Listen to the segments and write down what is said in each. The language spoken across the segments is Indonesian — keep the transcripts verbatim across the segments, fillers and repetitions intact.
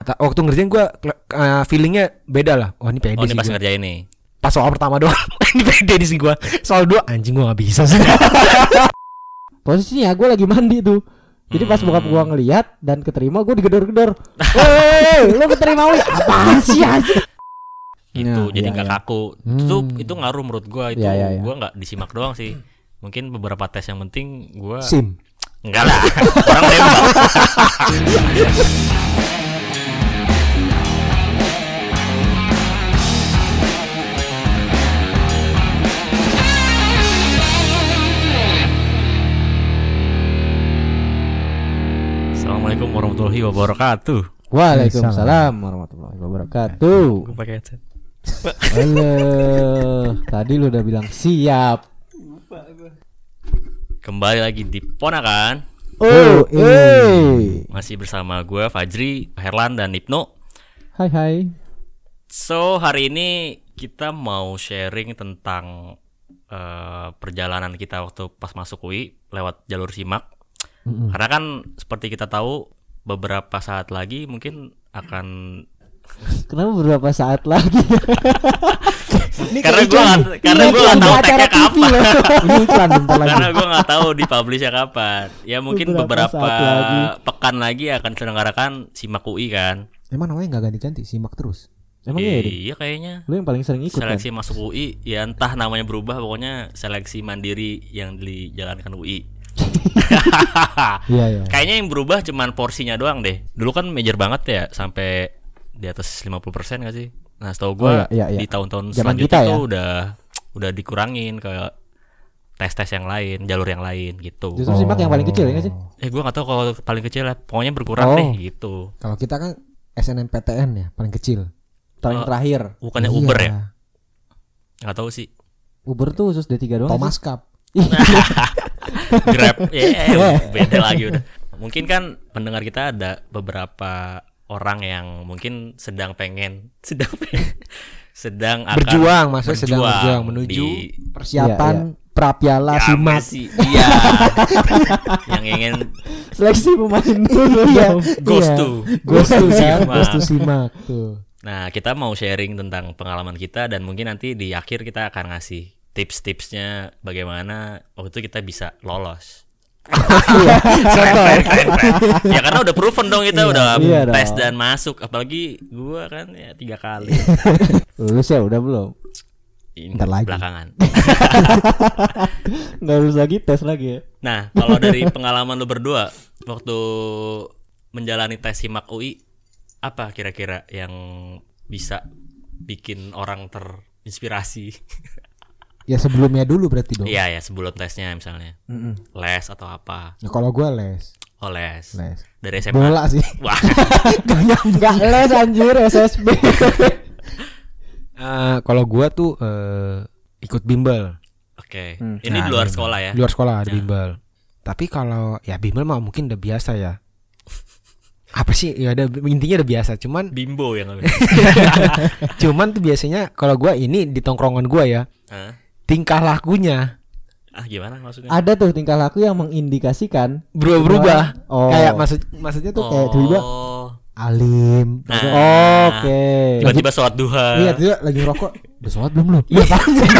waktu ngerjain gue uh, feelingnya beda lah. Oh ini pede oh, sih. Oh ini pas gua. ngerjain nih. Pas soal pertama doang ini pede di sini gue. Soal dua anjing gue nggak bisa sih. Posisinya gue lagi mandi tuh. Jadi pas Hmm. bokap gue ngelihat dan keterima, gue digedor-gedor. Woi, lu keterima woi? Apaan sih anjing? Gitu. Nah, jadi iya, nggak iya. kaku. Hmm. Itu itu ngaruh menurut gue itu. Iya, iya, iya. Gue nggak disimak doang sih. Mungkin beberapa tes yang penting gue. Sim. Enggak lah. Orang nembak. Assalamualaikum warahmatullahi wabarakatuh. Waalaikumsalam warahmatullahi wabarakatuh. Gue pakai headset. Halo, tadi lu udah bilang siap. Kembali lagi di Ponakan. Oh, eh. Masih bersama gue Fajri, Herlan dan Ibnu. Hai hai. So hari ini kita mau sharing tentang uh, perjalanan kita waktu pas masuk U I lewat jalur SIMAK. Mm-mm. Karena kan seperti kita tahu beberapa saat lagi mungkin akan Kenapa beberapa saat lagi? Ini karena kayak gue iklan. karena Ini gue iklan nggak tahu acara tagnya T V kapan. loh. Ini iklan bentar lagi. Karena gue nggak tahu di publishnya kapan. Ya mungkin Beberapa beberapa saat lagi. pekan lagi akan diselenggarakan SIMAK U I kan. Emang namanya nggak ganti-ganti, simak terus. Emang iya, Dik? Iya kayaknya. Lu yang paling sering ikut kan? Seleksi masuk U I ya entah namanya berubah, pokoknya seleksi mandiri yang dijalankan U I. Iya, iya. Kayaknya yang berubah cuman porsinya doang deh. Dulu kan major banget ya, sampai di atas lima puluh persen gak sih? Nah, setahu gue Oh, iya, iya, iya. di tahun-tahun Zaman selanjutnya kita ya? tuh udah udah dikurangin ke tes-tes yang lain, jalur yang lain gitu. Justru simak yang paling kecil ya nggak sih? Eh gue gak tahu kalau paling kecil lah, pokoknya berkurang Oh. deh gitu. Kalau kita kan S N M P T N ya paling kecil. Paling Oh. terakhir. Bukannya Iya. Uber ya? Gak tahu sih. Uber tuh khusus D tiga doang. Thomas sih. Cup. Grab, ya beda lagi udah. Mungkin kan pendengar kita ada beberapa orang yang mungkin sedang pengen, sedang pengen, sedang akan Berjuang, maksudnya sedang berjuang menuju di persiapan Iya, pra-piala ya, simak. Messi. Iya. Yang ingin Seleksi pemain dulu Iya. dong. goes Iya. to Ghost to Simak. simak, Ghost to simak tuh. Nah, kita mau sharing tentang pengalaman kita dan mungkin nanti di akhir kita akan ngasih tips-tipsnya bagaimana waktu itu kita bisa lolos. Iya. Keren, keren, keren, keren. Ya karena udah proven dong kita udah iya tes dong. dan masuk, apalagi gua kan ya tiga kali. Lulus ya udah belum? Ini Ntar lagi. belakangan. Nggak lulus lagi tes lagi ya? Nah, kalau dari pengalaman lu berdua waktu menjalani tes SIMAK U I, apa kira-kira yang bisa bikin orang terinspirasi? Ya sebelumnya dulu berarti dong. Iya ya, sebelum tesnya misalnya Mm-mm. les atau apa? Nah, kalau gue les, Oh les, les. dari S M A. Bola sih. Wah, Nggak les anjir S S B. Eh, kalau gue tuh eh, ikut bimbel. oke. Hmm. Ini Nah, di luar bimbel. sekolah ya? Di luar sekolah ada Ya. bimbel. Tapi kalau ya bimbel mah mungkin udah biasa ya. Apa sih? Ya ada intinya udah biasa. Cuman Bimbo yang ngambil. cuman tuh biasanya kalau gue ini di tongkrongan gue ya Hah? tingkah lakunya Ah gimana maksudnya? Ada tuh tingkah laku yang mengindikasikan berubah-berubah. Oh. Kayak maksud maksudnya tuh kayak tiba-tiba Oh, alim. Nah. terus- Oke. tiba-tiba sholat duha. Iya, tiba lagi ngerokok. Udah sholat belum lu? Iya,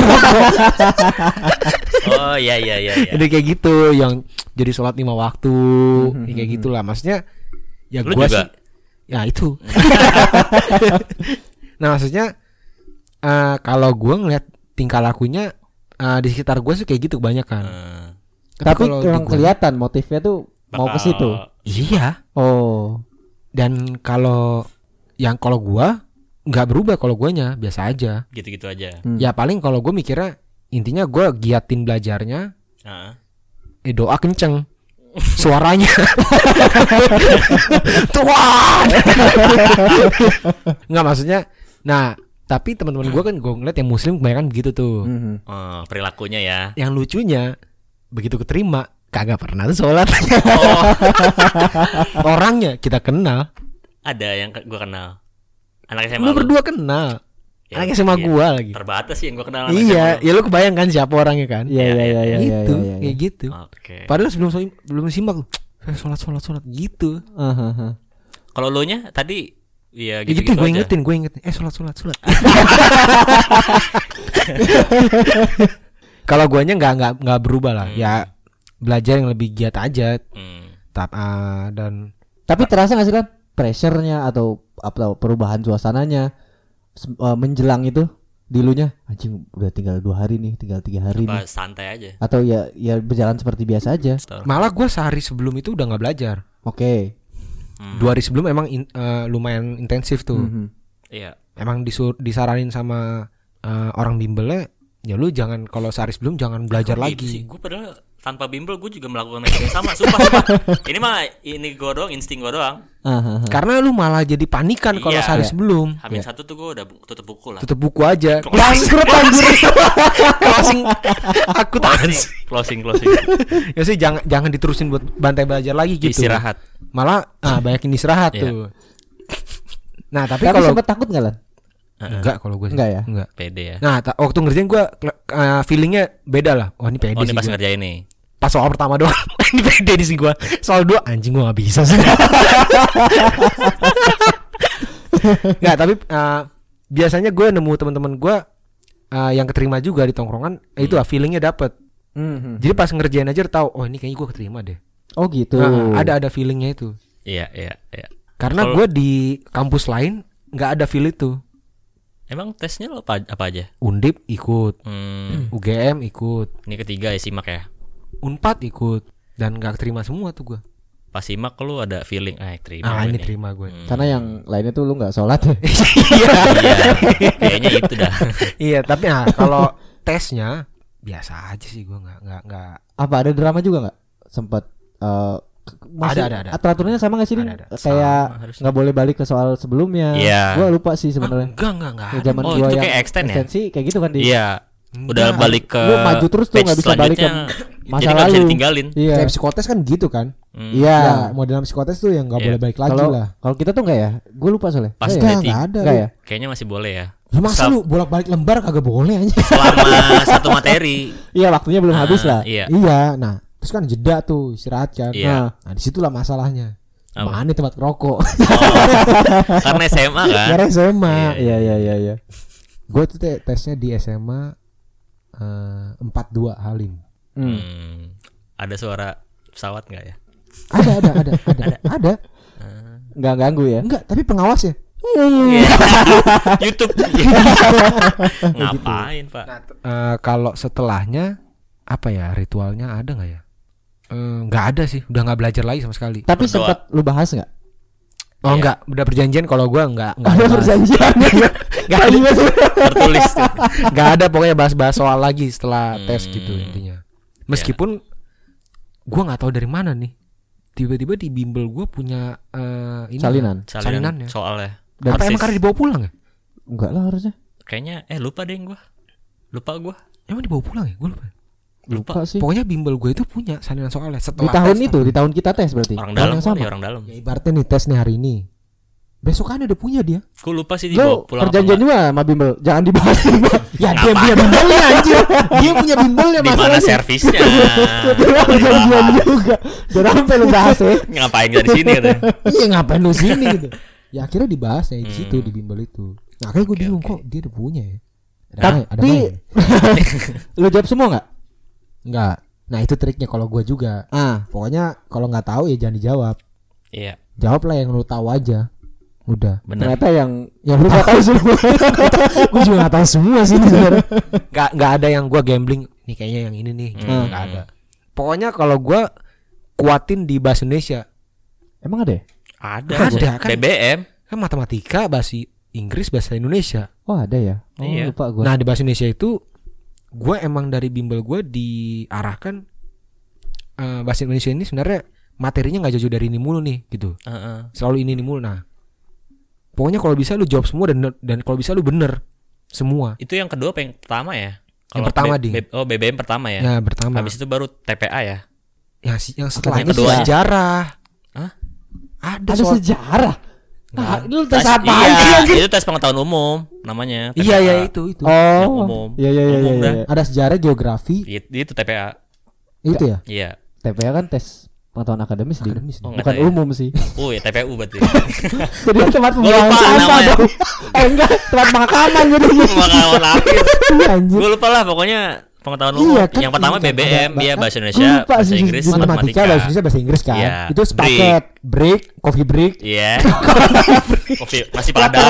Oh iya iya iya. iya. jadi kayak gitu yang jadi sholat lima waktu, ya kayak gitulah. Maksudnya ya Lu gua juga? sih ya itu. Nah, maksudnya eh, kalau gua ngeliat tingkah lakunya eh, di sekitar gua sih kayak gitu kebanyakan. Eh, Tapi kalau di memang gua- kelihatan motifnya tuh mau ke bakal- situ. Iya. Oh. Dan kalau yang kalau gua nggak berubah, kalau guanya biasa aja. Gitu-gitu aja. Hmm. Ya paling kalau gua mikirnya intinya gua giatin belajarnya, Heeh. eh doa kenceng suaranya. Tuhan. Nggak, maksudnya. Nah, tapi teman-teman gua kan gua ngeliat yang muslim kebanyakan begitu tuh. Mhm. Oh, perilakunya ya. Yang lucunya begitu keterima kagak pernah tuh sholat. Oh, Orangnya kita kenal. ada yang ke- gua kenal. Anak S M A. Lu lu. berdua kenal. Ya, Anak S M A iya. gua lagi. Terbatas sih yang gua kenal. anak Iya, S M A lu. ya lu kebayang kan siapa orangnya kan? Iya iya iya iya. Gitu, iya, iya. kayak gitu. Oke. Padahal sebelum sebelum simak, saya sholat sholat sholat gitu. Ahaha. Kalau lo nya tadi Iya Ya gitu-gitu gitu gue aja. ingetin, gue ingetin. Eh sholat sholat sholat. Kalau guanya nggak nggak nggak berubah lah. Hmm. Ya belajar yang lebih giat aja. Hmm. Tap ah, dan Tapi terasa nggak sih kan pressure-nya atau apa perubahan suasananya se- eh, menjelang itu dilunya anjing udah tinggal dua hari nih, tinggal tiga hari Apa nih. santai aja. Atau ya ya berjalan seperti biasa aja. malah gue sehari sebelum itu udah nggak belajar. Oke. Hmm. Dua hari sebelum emang in- eh, lumayan intensif tuh. Mhm. Iya. Emang disur disaranin sama eh, orang bimbelnya, ya lu jangan kalau sehari sebelum jangan belajar Kok lagi. gitu sih? Gue padahal tanpa bimbel gue juga melakukan hal yang sama. Sumpah, sumpah. Ini mah ini gue doang, insting gue doang. Ah, ah, ah. Karena lu malah jadi panikan kalau Iya. sehari Iya. sebelum. Hamin satu tuh gue udah bu- tutup buku lah. Tutup buku aja. Bangkrut anjir. Closing akuntansi. Closing, closing. Ya sih jangan jangan diterusin buat bantai belajar lagi gitu. Istirahat. Malah ah, banyakin istirahat Iya. tuh. Nah, tapi, Tapi kalau sempet takut nggak Lan? enggak kalau gue sih. Enggak ya? Enggak. Pede ya. Nah, ta- waktu ngerjain gue uh, feelingnya beda lah. Oh, ini pede Oh ini sih pas gua. ngerjain nih. Pas soal pertama doang. Ini pede di sini gue. Soal dua anjing gue gak bisa sih. Nggak, tapi uh, biasanya gue nemu teman-teman gue uh, yang keterima juga di tongkrongan, eh, itu lah feelingnya dapet. Mhm. Jadi pas ngerjain aja udah tahu, oh ini kayaknya gue keterima deh. Oh gitu. Nah, ada ada feelingnya itu. Iya, iya, iya. Karena Kalau- gue di kampus lain nggak ada feel itu. Emang tesnya lo apa, apa aja? Undip ikut, Hmm, U G M ikut, ini ketiga ya simak ya. Unpad ikut, dan nggak terima semua tuh gue. Pas simak lu ada feeling ah terima. Ah gue ini nih. terima gue. Hmm. Karena yang lainnya tuh lu nggak sholat ya. Iya. Iya, kayaknya itu dah. Iya, tapi nah, kalau tesnya biasa aja sih gue nggak nggak nggak. Apa ada drama juga nggak? Sempat eh, ke- masih Ada, ada, ada. aturannya sama nggak sih? Din? Ada, ada. Kayak Sama, harusnya. nggak boleh balik ke soal sebelumnya. Iya. Gua lupa sih Ah, sebenarnya. enggak enggak enggak. Ya, ada. zaman Oh, gua itu yang kayak extend ya? esensi kayak gitu kan di. Iya. Udah Enggak. balik ke Lu maju terus tuh, page nggak bisa balik ke selanjutnya. masa Jadi nggak bisa lalu. ditinggalin. Iya. Kayak psikotes kan gitu kan. Hmm. Iya. Ya, model psikotes tuh yang nggak Iya. boleh balik lagi Kalau lah. kalau kita tuh nggak ya? Gue lupa soalnya. Pas Nggak Enggak, ya? Berarti- enggak ada. Nggak lu. ya? Kayaknya masih boleh ya. Lu masa Sel- lu bolak-balik lembar kagak boleh aja. Selama satu materi. Iya waktunya belum habis Ah, lah. Iya. Iya, nah terus kan jeda tuh istirahat kan. Iya. Nah disitulah masalahnya. Apa? Mana tempat rokok? Oh, karena S M A kan. Karena S M A. Iya, Iya iya iya iya. Gue tuh te- tesnya di S M A eh, empat dua Halim. Hmm. Hmm. Ada suara pesawat nggak ya? Ada ada ada ada ada. Nggak ganggu ya? Enggak, tapi pengawasnya. YouTube. Ngapain pak? Nah, t- eh, kalau setelahnya apa ya ritualnya ada nggak ya? Eh, Nggak ada sih, udah nggak belajar lagi sama sekali. Tapi Berdoa. sempat lu bahas nggak? Oh Iya. nggak, udah perjanjian kalau gue nggak nggak Ada bahas. perjanjian. Nggak ada, Tertulis. nggak ada pokoknya bahas-bahas soal lagi setelah Hmm. tes gitu intinya. Meskipun gue nggak tahu dari mana nih, tiba-tiba di bimbel gue punya eh, ini Salinan. Salinan ya. Soalnya. Apa Persis. emang karena dibawa pulang ya? Enggak lah harusnya. Kayaknya eh lupa deh gua. Lupa gua. Emang dibawa pulang ya? Gue lupa. Lupa, Lupa. sih. Pokoknya bimbel gue itu punya salinan soalnya Di setelah tahun tes itu, di tahun kita tes berarti. Orang Tahun dalam yang kali, sama. orang dalam. Ya ibaratnya nih tes nih hari ini. Besokannya udah punya dia. Gua lupa sih dibawa Lu pulang. apa perjanjian enggak. juga sama bimbel. Jangan dibahas. Ya dia punya bimbelnya anjir. Dia punya bimbelnya Di mana masalahnya. servisnya? Dia perjanjian juga. Jangan sampai lu bahas ya. Ngapain gak di sini katanya? Iya ngapain lu sini gitu. Ya akhirnya dibahas ya di situ Hmm. di bimbel itu. Nah akhirnya gue Oke, bingung oke. kok dia udah punya ya. Ada Tapi main- ada main. lu jawab semua nggak? Enggak. Nah itu triknya kalau gue juga. Ah, Pokoknya kalau nggak tahu ya jangan dijawab. Iya, Jawablah yang lu tahu aja. Udah. benar. ternyata yang yang lu nggak tahu semua. Gue juga nggak tahu semua sih ini sebenarnya. Nggak nggak ada yang gue gambling. Nih kayaknya yang ini nih. Gitu. Hmm. Nggak ada. Pokoknya kalau gue kuatin di bahasa Indonesia. Emang ada ya? Ada, Ada, kok. kan? B B M. Kan matematika, bahasa Inggris, bahasa Indonesia. Oh ada ya? Oh Iya. lupa gue. Nah di bahasa Indonesia itu gue emang dari bimbel gue diarahkan eh, bahasa Indonesia ini sebenarnya materinya nggak jauh-jauh dari ini mulu nih gitu. Heeh. Selalu ini ini mulu. Nah pokoknya kalau bisa lu jawab semua dan dan kalau bisa lu bener semua. Itu yang kedua apa yang pertama ya? Yang pertama, B- Ding. B- oh B B M pertama ya. Ya pertama. Habis itu baru T P A ya. Yang si- yang setelahnya kedua. sih sejarah. Hah? Ada, Ada soal. sejarah. Nah, lu tes Tes- apa iya, sih anjing? itu tes pengetahuan umum namanya. T P A. Iya iya itu itu. Yang Oh. umum. Iya iya iya Umum iya. dah. iya. Ada sejarah, geografi Itu, itu T P A. itu ya. Iya. T P A kan tes pengetahuan akademis, di, Akademis, Oh, nggak bukan tahu ya. umum sih. Oh ya T P U berarti. Jadi tempat Gua pembuangan lupa sampah namanya. dong. Eh enggak, tempat pemakaman jadi. Pengalaman akhir. Iya, anjir. Gue lupa lah pokoknya pengetahuan umum. Iya, kan yang pertama ini kan B B M, ada- dia kan bahasa gua Indonesia, lupa bahasa sih, Inggris, matematika, matematika, matematika. bahasa Indonesia, bahasa Inggris kan. Iya. Itu sepaket break, coffee break, Iya. Kopi nasi padang.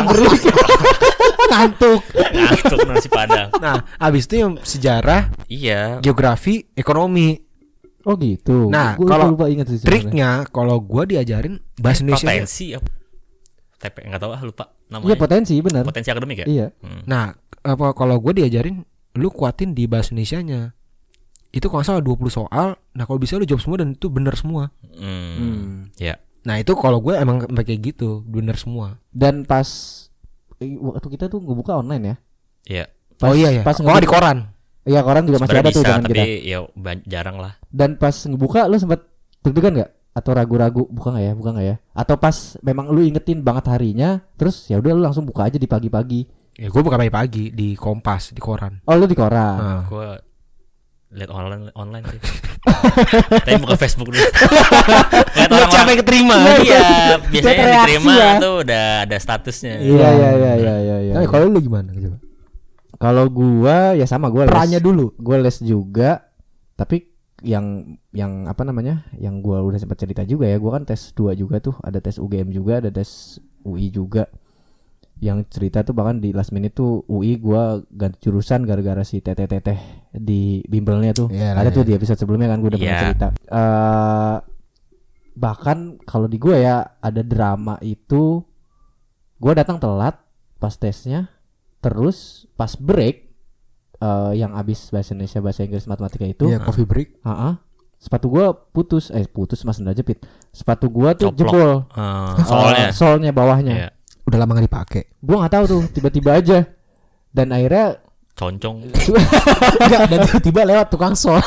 ngantuk. Ngantuk nasi padang. Nah, abis itu yang sejarah, Iya. geografi, ekonomi. Oh gitu. Nah, Gua kalau lupa ingat sih sebenarnya. Triknya kalau gua diajarin bahasa Indonesia. Potensi apa? T P enggak tahu ah lupa namanya. Iya potensi benar. Potensi akademik ya? Iya. Hmm. Nah, apa kalau gua diajarin lu kuatin di bahasa Indonesianya. Itu kalau nggak salah dua puluh soal. Nah, kalau bisa lu jawab semua dan itu benar semua. Hmm. Hmm. Ya. Nah, itu kalau gue emang kayak gitu, benar semua. Dan pas eh, waktu kita tuh ngebuka online ya. Iya. Pas, oh iya ya. Pas Oh, di koran. Iya koran juga masih Sebenarnya ada tuh bisa, zaman tapi kita. ya ba- jarang lah. Dan pas ngebuka lu sempat deg-degan nggak? Atau ragu-ragu buka nggak ya, buka nggak ya? Atau pas memang lu ingetin banget harinya, terus ya udah lu langsung buka aja di pagi-pagi. Ya, gue buka pagi-pagi di Kompas, di koran. Oh lu di koran. Nah. Gua lihat online online sih. Tapi buka Facebook dulu. Lihat Lu orang-orang. capek keterima. Iya, biasanya Lihat reaksi diterima ya. tuh udah ada statusnya. Iya iya iya iya iya. iya. Nah, kalau lu gimana coba? Kalau gua ya sama gua les. Perannya dulu. Gua les juga, tapi yang yang apa namanya? Yang gua udah sempat cerita juga ya, gua kan tes dua juga tuh, ada tes U G M juga, ada tes U I juga. Yang cerita tuh bahkan di last minute tuh U I gua ganti jurusan gara-gara si teteh-teteh di bimbelnya tuh. Iya, ada iya. tuh di episode sebelumnya kan gua udah pernah Iya. cerita. Eh bahkan kalau di gua ya ada drama itu, gua datang telat pas tesnya, terus pas break eh yang abis bahasa Indonesia, bahasa Inggris, matematika itu, Iya, coffee break. ah, sepatu gua putus, eh putus mas sendal jepit. Sepatu gua tuh Coplok. jebol. Eh, Eh, soalnya. solnya bawahnya. Iya. Udah lama gak dipakai. Gua nggak tahu tuh, tiba-tiba aja. Dan akhirnya Concong. Enggak, dan tiba-tiba lewat tukang sol.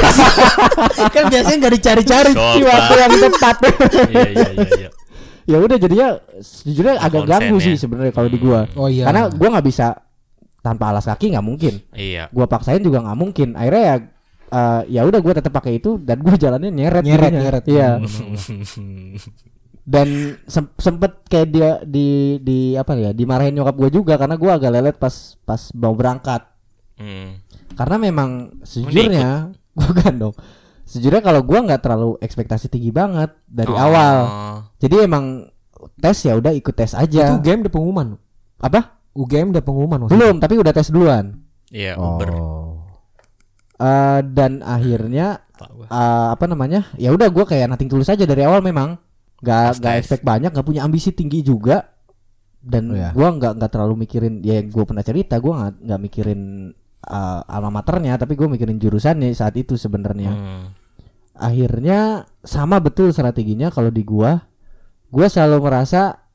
Kan biasanya enggak dicari-cari Sol, di waktu Pak. yang tepat. Iya iya iya iya. ya udah jadinya sejujurnya agak Konsen ganggu ya. sih sebenarnya kalau di gua. Oh iya. Karena gua nggak bisa tanpa alas kaki, nggak mungkin. Iya. Gua paksain juga nggak mungkin. Akhirnya ya eh, ya udah gua tetap pakai itu dan gua jalannya nyeret nyeret jadinya. nyeret. Iya. Hmm. Dan sem- sempet kayak dia di di apa ya, dimarahin nyokap gua juga karena gua agak lelet pas pas mau berangkat. Hmm. Karena memang sejujurnya bukan dong. Sejujurnya kalau gua nggak terlalu ekspektasi tinggi banget dari Oh. awal. Jadi emang tes ya udah ikut tes aja. Itu game udah pengumuman. Apa? U G M udah pengumuman maksudnya. Belum, tapi udah tes duluan. Iya, Uber. Oh. Eh, dan akhirnya Pak gua. eh, apa namanya? Ya udah gua kayak nothing tulus aja dari awal memang. Gak Pas gak tes. expect banyak, gak punya ambisi tinggi juga. Dan Oh, ya. gua nggak nggak terlalu mikirin, ya gua pernah cerita gua nggak nggak mikirin eh, alma maternya, tapi gua mikirin jurusannya saat itu sebenarnya. Hmm. Akhirnya sama betul strateginya kalau di gua. Gua selalu merasa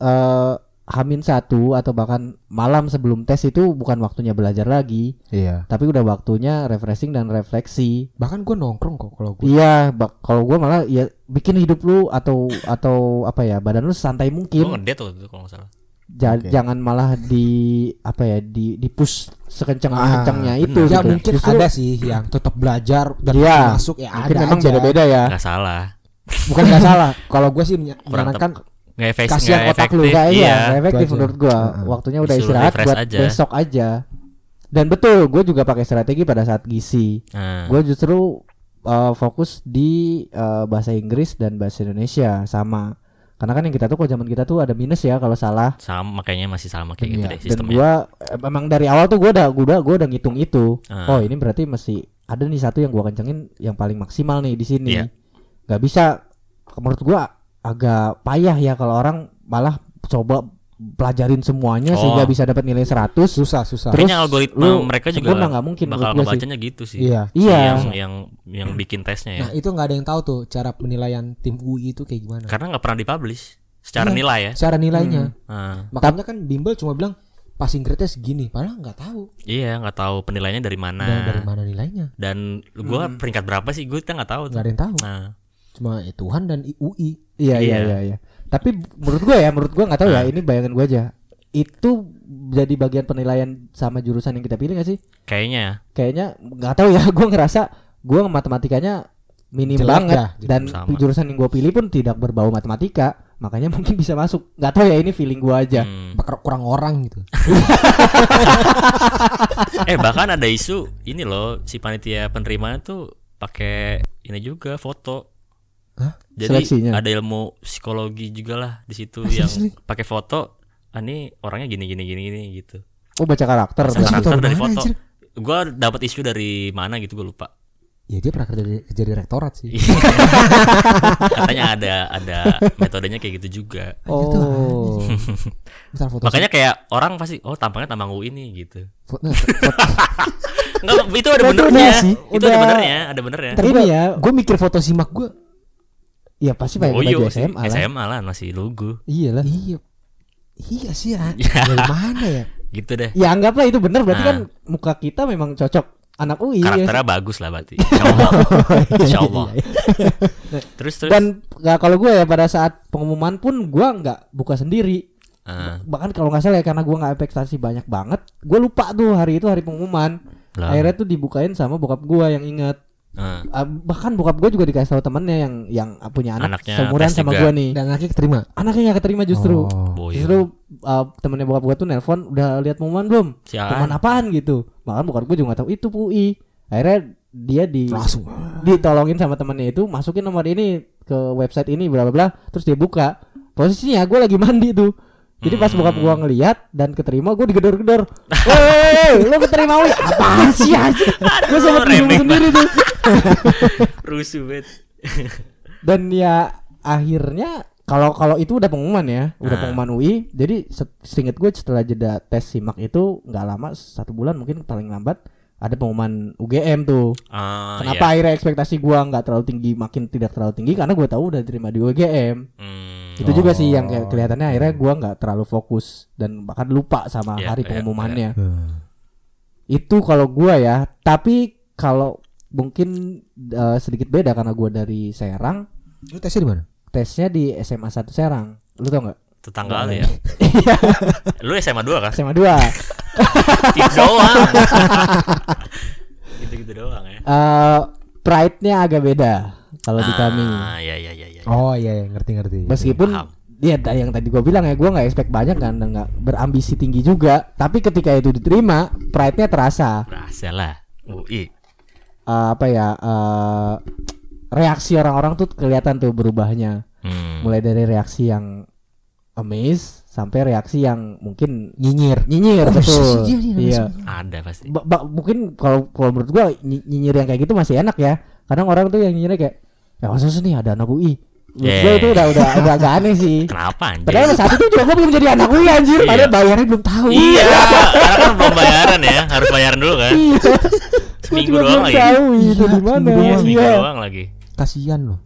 eh Hamin satu atau bahkan malam sebelum tes itu bukan waktunya belajar lagi, Iya. tapi udah waktunya refreshing dan refleksi. Bahkan gue nongkrong kok kalau gue. Iya, bak- kalau gua malah ya bikin hidup lu atau atau apa ya, badan lu santai Gua mungkin. ngedate waktu itu kalau nggak salah. Ja- Oke. Jangan malah di apa ya, di di push sekencang Ah, kencangnya bener. itu. Ya gitu. mungkin Justru ada sih yang tetap belajar dan Iya, masuk ya mungkin ada memang aja. beda-beda ya. Nggak salah. Bukan nggak salah. Kalau gue sih menya- Kurang menyarankan Nggak efektif, kasihan nggak otak lu, efektif. Nggak, iya, Iya. nggak efektif Itu aja. menurut gua. Heeh. Waktunya udah Disuruh istirahat refresh buat aja. besok aja. Dan betul, gue juga pakai strategi pada saat gizi. Nah, Gue justru uh, fokus di uh, bahasa Inggris dan bahasa Indonesia sama. Karena kan yang kita tuh kalau zaman kita tuh ada minus ya kalau salah. sama makanya masih sama kayak gitu Iya. deh Dan sistemnya. gua eh, memang dari awal tuh gua udah gua udah, gua udah ngitung itu. Ah. Oh, ini berarti masih ada nih satu yang gua kencengin yang paling maksimal nih di sini. Iya. Gak bisa, menurut gua agak payah ya kalau orang malah coba pelajarin semuanya Oh. sehingga bisa dapat nilai seratus. susah susah. Terus Kayaknya algoritma lu mereka juga sempurna nggak mungkin bakal menurut gua sih. ngebacanya gitu sih. Iya. Si Iya. Yang yang yang bikin tesnya ya. Nah itu nggak ada yang tahu tuh cara penilaian tim U I itu kayak gimana. Karena nggak pernah dipublish secara Iya. nilai ya. Cara nilainya. Nah, Makanya kan bimbel cuma bilang passing grade-nya segini, padahal nggak tahu iya nggak tahu penilaiannya dari mana. dari, dari mana nilainya. Dan gua peringkat berapa sih? Gue kita nggak tahu. Nggak ada yang tahu. Nah, Cuma ya Tuhan dan I- U I. Iya, iya, Iya. iya, iya. Tapi menurut gua ya, menurut gua nggak tahu ya, Ah. ini bayangan gua aja. Itu jadi bagian penilaian sama jurusan yang kita pilih gak sih? kayaknya Kayaknya nggak tahu ya, gua ngerasa gua matematikanya minim Jelek banget dah, dan sama. jurusan yang gue pilih pun tidak berbau matematika, makanya mungkin bisa masuk. Nggak tahu ya, ini feeling gue aja. Hmm. Bakar kurang orang gitu. Eh bahkan ada isu ini loh, si panitia penerimaan tuh pakai ini juga foto. Hah? Jadi Seleksinya? ada ilmu psikologi juga lah di situ Ah, yang serius? pakai foto. Ah ini orangnya gini gini gini gini gitu. Oh, baca karakter. Baca berarti. karakter Foto dari mana, foto. anjir? Gua dapat isu dari mana gitu gue lupa. Ya dia pernah kerja di, kerja di rektorat sih. Katanya ada ada metodenya kayak gitu juga. Oh. Bentar, foto Makanya kayak orang pasti oh tampangnya tampang U I nih gitu. foto, nah, foto. Enggak, itu ada Berarti benernya. udah sih, Itu udah- ada benernya, ada benernya. Ntar Ini gua, ya. gue mikir foto simak gue. Iya pasti pakai Oh iya baju sih, S M A lah. S M A lah masih lugu. Iya lah. Iya. Iya sih ya. Ya. Dari mana ya? Gitu deh. Ya anggaplah itu benar, berarti Nah. kan muka kita memang cocok anak U I. Karakternya bagus lah berarti. Insyaallah. Insyaallah. Terus terus. Dan nggak, kalau gue ya pada saat pengumuman pun gue nggak buka sendiri. Ah, Bahkan kalau nggak salah ya, karena gue nggak ekspektasi banyak banget, gue lupa tuh hari itu hari pengumuman. lah. Akhirnya tuh dibukain sama bokap gue yang inget. Ah, Ah, bahkan bokap gue juga dikasih tahu temennya yang yang punya anak Anaknya seumuran tes sama juga. gue nih. Dan akhirnya keterima. Anaknya nggak keterima justru. Oh. boyo. Justru uh, temennya bokap gue tuh nelpon, udah lihat pengumuman belum? Siaan. Pengumuman apaan gitu? Bahkan bokap gue juga nggak tahu itu U I. Akhirnya dia di Langsung. ditolongin sama temennya itu, masukin nomor ini ke website ini bla bla bla, terus dia buka. Posisinya gue lagi mandi tuh. Jadi pas bokap Hmm. gua ngelihat dan keterima, gue digedor-gedor. Woi, lu keterima U I? Apaan sih anjir? Gue sempet bingung remeh sendiri tuh. Rusuh banget. Dan ya akhirnya kalau kalau itu udah pengumuman ya, udah Nah. pengumuman U I. Jadi se- seinget gue setelah jeda tes simak itu nggak lama, satu bulan mungkin paling lambat, ada pengumuman U G M tuh. Ah, Kenapa iya. akhirnya ekspektasi gua nggak terlalu tinggi, makin tidak terlalu tinggi, karena gua tahu udah diterima di U G M. Hmm. Itu juga sih yang Oh. kayak kelihatannya akhirnya gua nggak terlalu fokus dan bahkan lupa sama Iya, hari iya, pengumumannya. Hmm. Itu kalau gua ya. Tapi kalau mungkin uh, sedikit beda karena gua dari Serang, Lu tesnya di mana? tesnya di S M A satu Serang. Lu tau nggak? Tetangga lu Boleh. ya. Lu S M A dua kan? S M A dua. Gitu doang. Gitu-gitu doang ya. Uh, pride-nya agak beda kalau di kami. Ah, iya iya iya iya. Oh iya, iya, ngerti-ngerti. Meskipun Paham. ya da- yang tadi gue bilang ya, gue nggak expect banyak kan dan nggak berambisi tinggi juga. Tapi ketika itu diterima, pride-nya terasa. Berhasil lah. U I. Eh, apa ya? eh, reaksi orang-orang tuh kelihatan tuh berubahnya. Hmm. Mulai dari reaksi yang amazed sampai reaksi yang mungkin nyinyir. nyinyir, Oh, betul. iya, iya, Iya. Ada pasti. Ba- ba- mungkin kalau kalau menurut gue ny- nyinyir yang kayak gitu masih enak ya. Kadang orang tuh yang nyinyirnya kayak, ya masa sih nih ada anak U I. Menurut gue Yeah. itu udah udah udah agak aneh sih. Kenapa anjir? Padahal saat itu juga gue belum jadi anak U I anjir. Iya. Padahal bayarnya belum tahu. Iya, karena kan belum bayaran ya, harus bayaran dulu kan. Iya. Seminggu Gua juga doang belum lagi. tahu itu Iya, di mana. seminggu Iya, doang. seminggu Iya. doang lagi. Kasihan loh.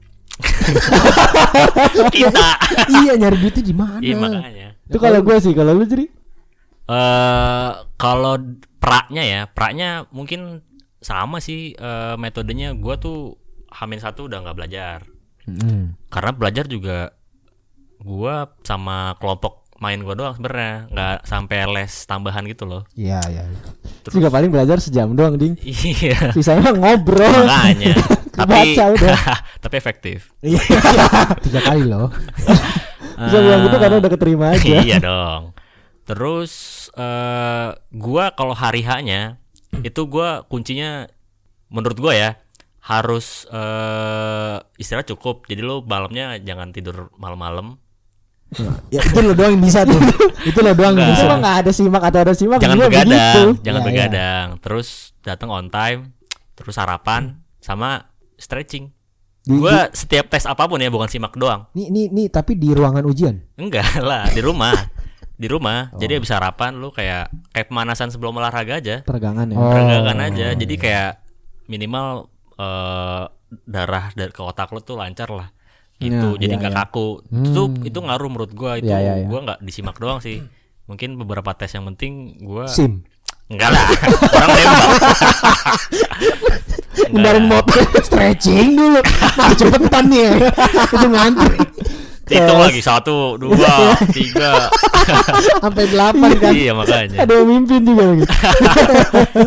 Kita. Iya, nyari duitnya di mana? Iya makanya. Itu kalau gue sih, kalau lu jadi Eh kalau praknya ya, praknya mungkin sama sih eh, metodenya. Gua tuh Hamin satu udah nggak belajar. Hmm. Karena belajar juga gua sama kelompok main gua doang sebenarnya, nggak sampai les tambahan gitu loh. Iya, iya. Terus juga paling belajar sejam doang ding. iya. Sisanya ngobrol. Makanya. tapi Baca udah. tapi efektif. Iya. Tiga kali loh. Bisa bilang gitu karena udah keterima aja. Iya dong. Terus eh gua kalau hari H-nya itu gua kuncinya menurut gua ya harus eh istirahat cukup. Jadi lo malamnya jangan tidur malam-malam. Ya itu lo doang yang bisa tuh. Itu lo doang yang Enggak. bisa. Emang nggak ada simak atau ada simak Jangan juga begadang, begitu. jangan Iya, begadang. Terus datang on time, terus sarapan sama stretching. Di- Gua setiap tes apapun ya bukan simak doang. Nih, nih, nih, tapi di ruangan ujian. Enggak lah, di rumah. Di rumah. Oh. Jadi habis sarapan lu kayak kayak pemanasan sebelum olahraga aja. Peregangan ya. Oh. Peregangan aja. Jadi kayak minimal eh, darah dari ke otak lu tuh lancar lah. Gitu. Ya, Jadi ya, nggak ya. kaku. Itu Hmm. itu ngaruh menurut gua itu. Ya, ya, ya. Gua nggak disimak doang sih. Mungkin beberapa tes yang penting gua Sim. enggak lah. Orang nembak. Enggak Ngendarin lah. motor stretching dulu. Nah, cepetan nih. Itu ngantri Hitung lagi satu, dua, tiga. sampai delapan kan. Iya makanya. Ada yang mimpin juga lagi.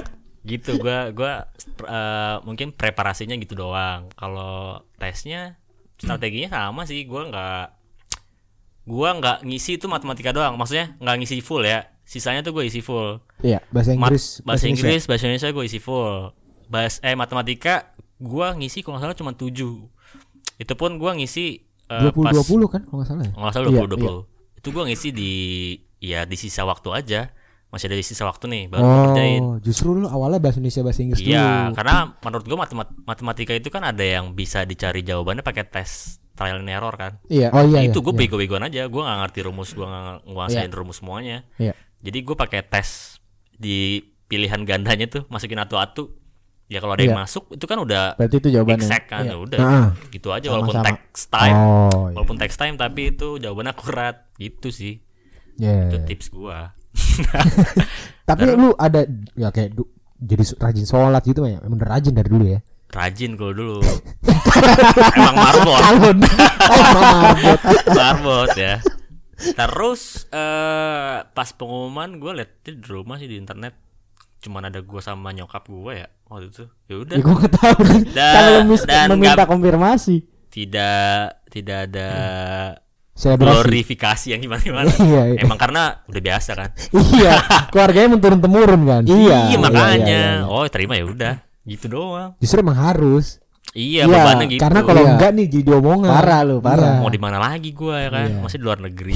Gitu gua gua uh, mungkin preparasinya gitu doang. Kalau tesnya strateginya sama sih. Gua nggak gua nggak ngisi itu matematika doang. Maksudnya nggak ngisi full ya. Sisanya tuh gue isi full. Iya, Bahasa Mat- Inggris, bahasa Inggris, bahasa Indonesia gue isi full. Bahas eh matematika gue ngisi kalau nggak salah cuma tujuh. Itu pun gue ngisi uh, dua puluh pas dua puluh kan kalau nggak salah ya. nggak salah Iya, dua puluh dua puluh. Itu gue ngisi di ya di sisa waktu aja. Masih ada di sisa waktu nih baru gue kerjain. Oh, justru lu awalnya bahasa Indonesia bahasa Inggris dulu. Iya, karena menurut gue matemat- matematika itu kan ada yang bisa dicari jawabannya pakai tes trial and error kan. Iya. Oh iya. Nah, itu iya, gue iya. bego-begoan aja, gue nggak ngerti rumus, gue nggak nguasain rumus semuanya. Iya. Jadi gue pakai tes di pilihan gandanya tuh, masukin atu-atu. Ya kalau ada yang Iya. masuk itu kan udah Berarti itu jawabannya. exact kan, Iya. ya udah Nah. gitu aja walaupun Sama-sama. text time, Oh, iya. walaupun text time tapi itu jawabannya akurat gitu sih. Yeah. Itu tips gue. Tapi lu ada ya kayak du, jadi su- rajin sholat gitu ya. Emang udah rajin dari dulu ya. Rajin kalau dulu. Emang marbot. Tahun. Marbot. Marbot ya. Terus eh pas pengumuman gue liat di rumah sih di internet cuman ada gue sama nyokap gue ya waktu itu. Ya udah. Ya gue nggak tahu nih. Dan- Kalau lu mis- dan meminta nggak- konfirmasi. Tidak tidak ada Selebrasi. glorifikasi yang gimana-gimana. Iya, iya. Emang karena udah biasa kan. Iya, keluarganya menurun temurun kan. Iya. Iya makanya. iya, iya. Oh terima ya udah. Gitu doang. Justru emang harus. Iya, Iya, bebannya gitu. Karena kalau Iya. enggak nih jadi omongan. Parah lu, parah. Iya. mau di mana lagi gue ya kan, Iya. masih di luar negeri.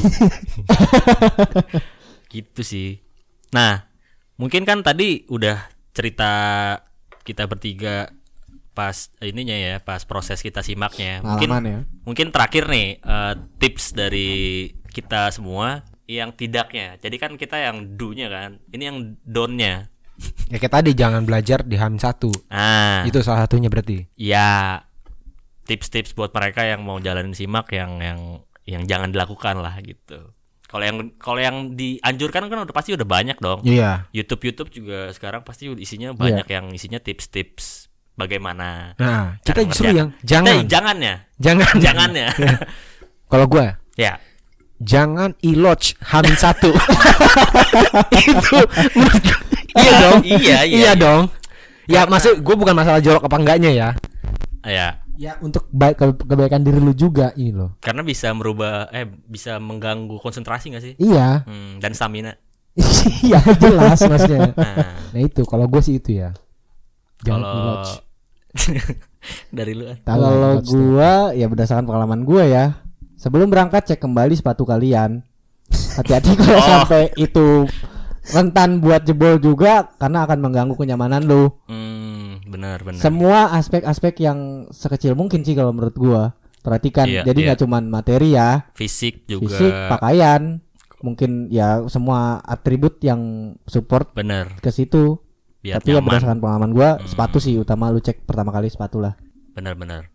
Gitu sih. Nah, mungkin kan tadi udah cerita kita bertiga pas ininya ya, pas proses kita simaknya. Mungkin Pengalaman ya. mungkin terakhir nih eh, tips dari kita semua yang tidaknya. Jadi kan kita yang do-nya kan, ini yang don't-nya. Ya kayak tadi jangan belajar di H satu. Nah, Itu salah satunya berarti. ya tips-tips buat mereka yang mau jalanin simak yang yang yang jangan dilakukan lah gitu. Kalau yang kalau yang dianjurkan kan udah pasti udah banyak dong. Iya. YouTube YouTube juga sekarang pasti isinya banyak yang isinya tips-tips bagaimana. Nah, cara kita justru ngerjain. yang jangan. Kita jangannya. Jangan. Jangannya. Kalau gua Ya. jangan iloj H satu. Itu menurut gua- iya dong. Iya, iya, Iya iya. dong. Ya Karena- maksud gue bukan masalah jorok apa enggaknya ya. Ya. Ya untuk baik ke- kebaikan diri lu juga ini loh. Karena bisa merubah eh bisa mengganggu konsentrasi enggak sih? Iya. Hmm, dan stamina. Iya jelas maksudnya. Nah, Nah itu kalau gue sih itu ya. Jangan kalau iloj. dari lu. An. Tahu Kalau iloj tuh. gua ya berdasarkan pengalaman gua ya. Sebelum berangkat cek kembali sepatu kalian. Hati-hati kalau Oh. sampai itu rentan buat jebol juga karena akan mengganggu kenyamanan lu. Hmm, benar benar. Semua aspek-aspek yang sekecil mungkin sih kalau menurut gua. Perhatikan. Iya, Jadi iya. nggak cuman materi ya, Fisik juga. fisik, pakaian, mungkin ya semua atribut yang support Bener. ke situ. Biar Tapi ya nyaman. berdasarkan pengalaman gua, Hmm. sepatu sih utama lu cek pertama kali sepatu lah. Benar-benar.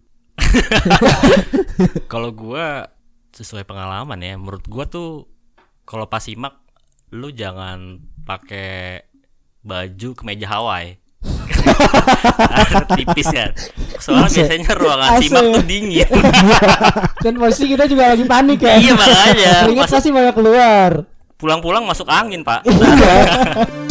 Kalau gua sesuai pengalaman ya, menurut gua tuh kalau pas simak lu jangan pakai baju kemeja Hawaii. Tipis kan. Soalnya Asli. biasanya ruangan Asli. simak tuh dingin. Dan posisi kita juga lagi panik ya. Iya makanya. Ingat Pas pasti banyak keluar. pulang-pulang masuk angin, Pak. Iya.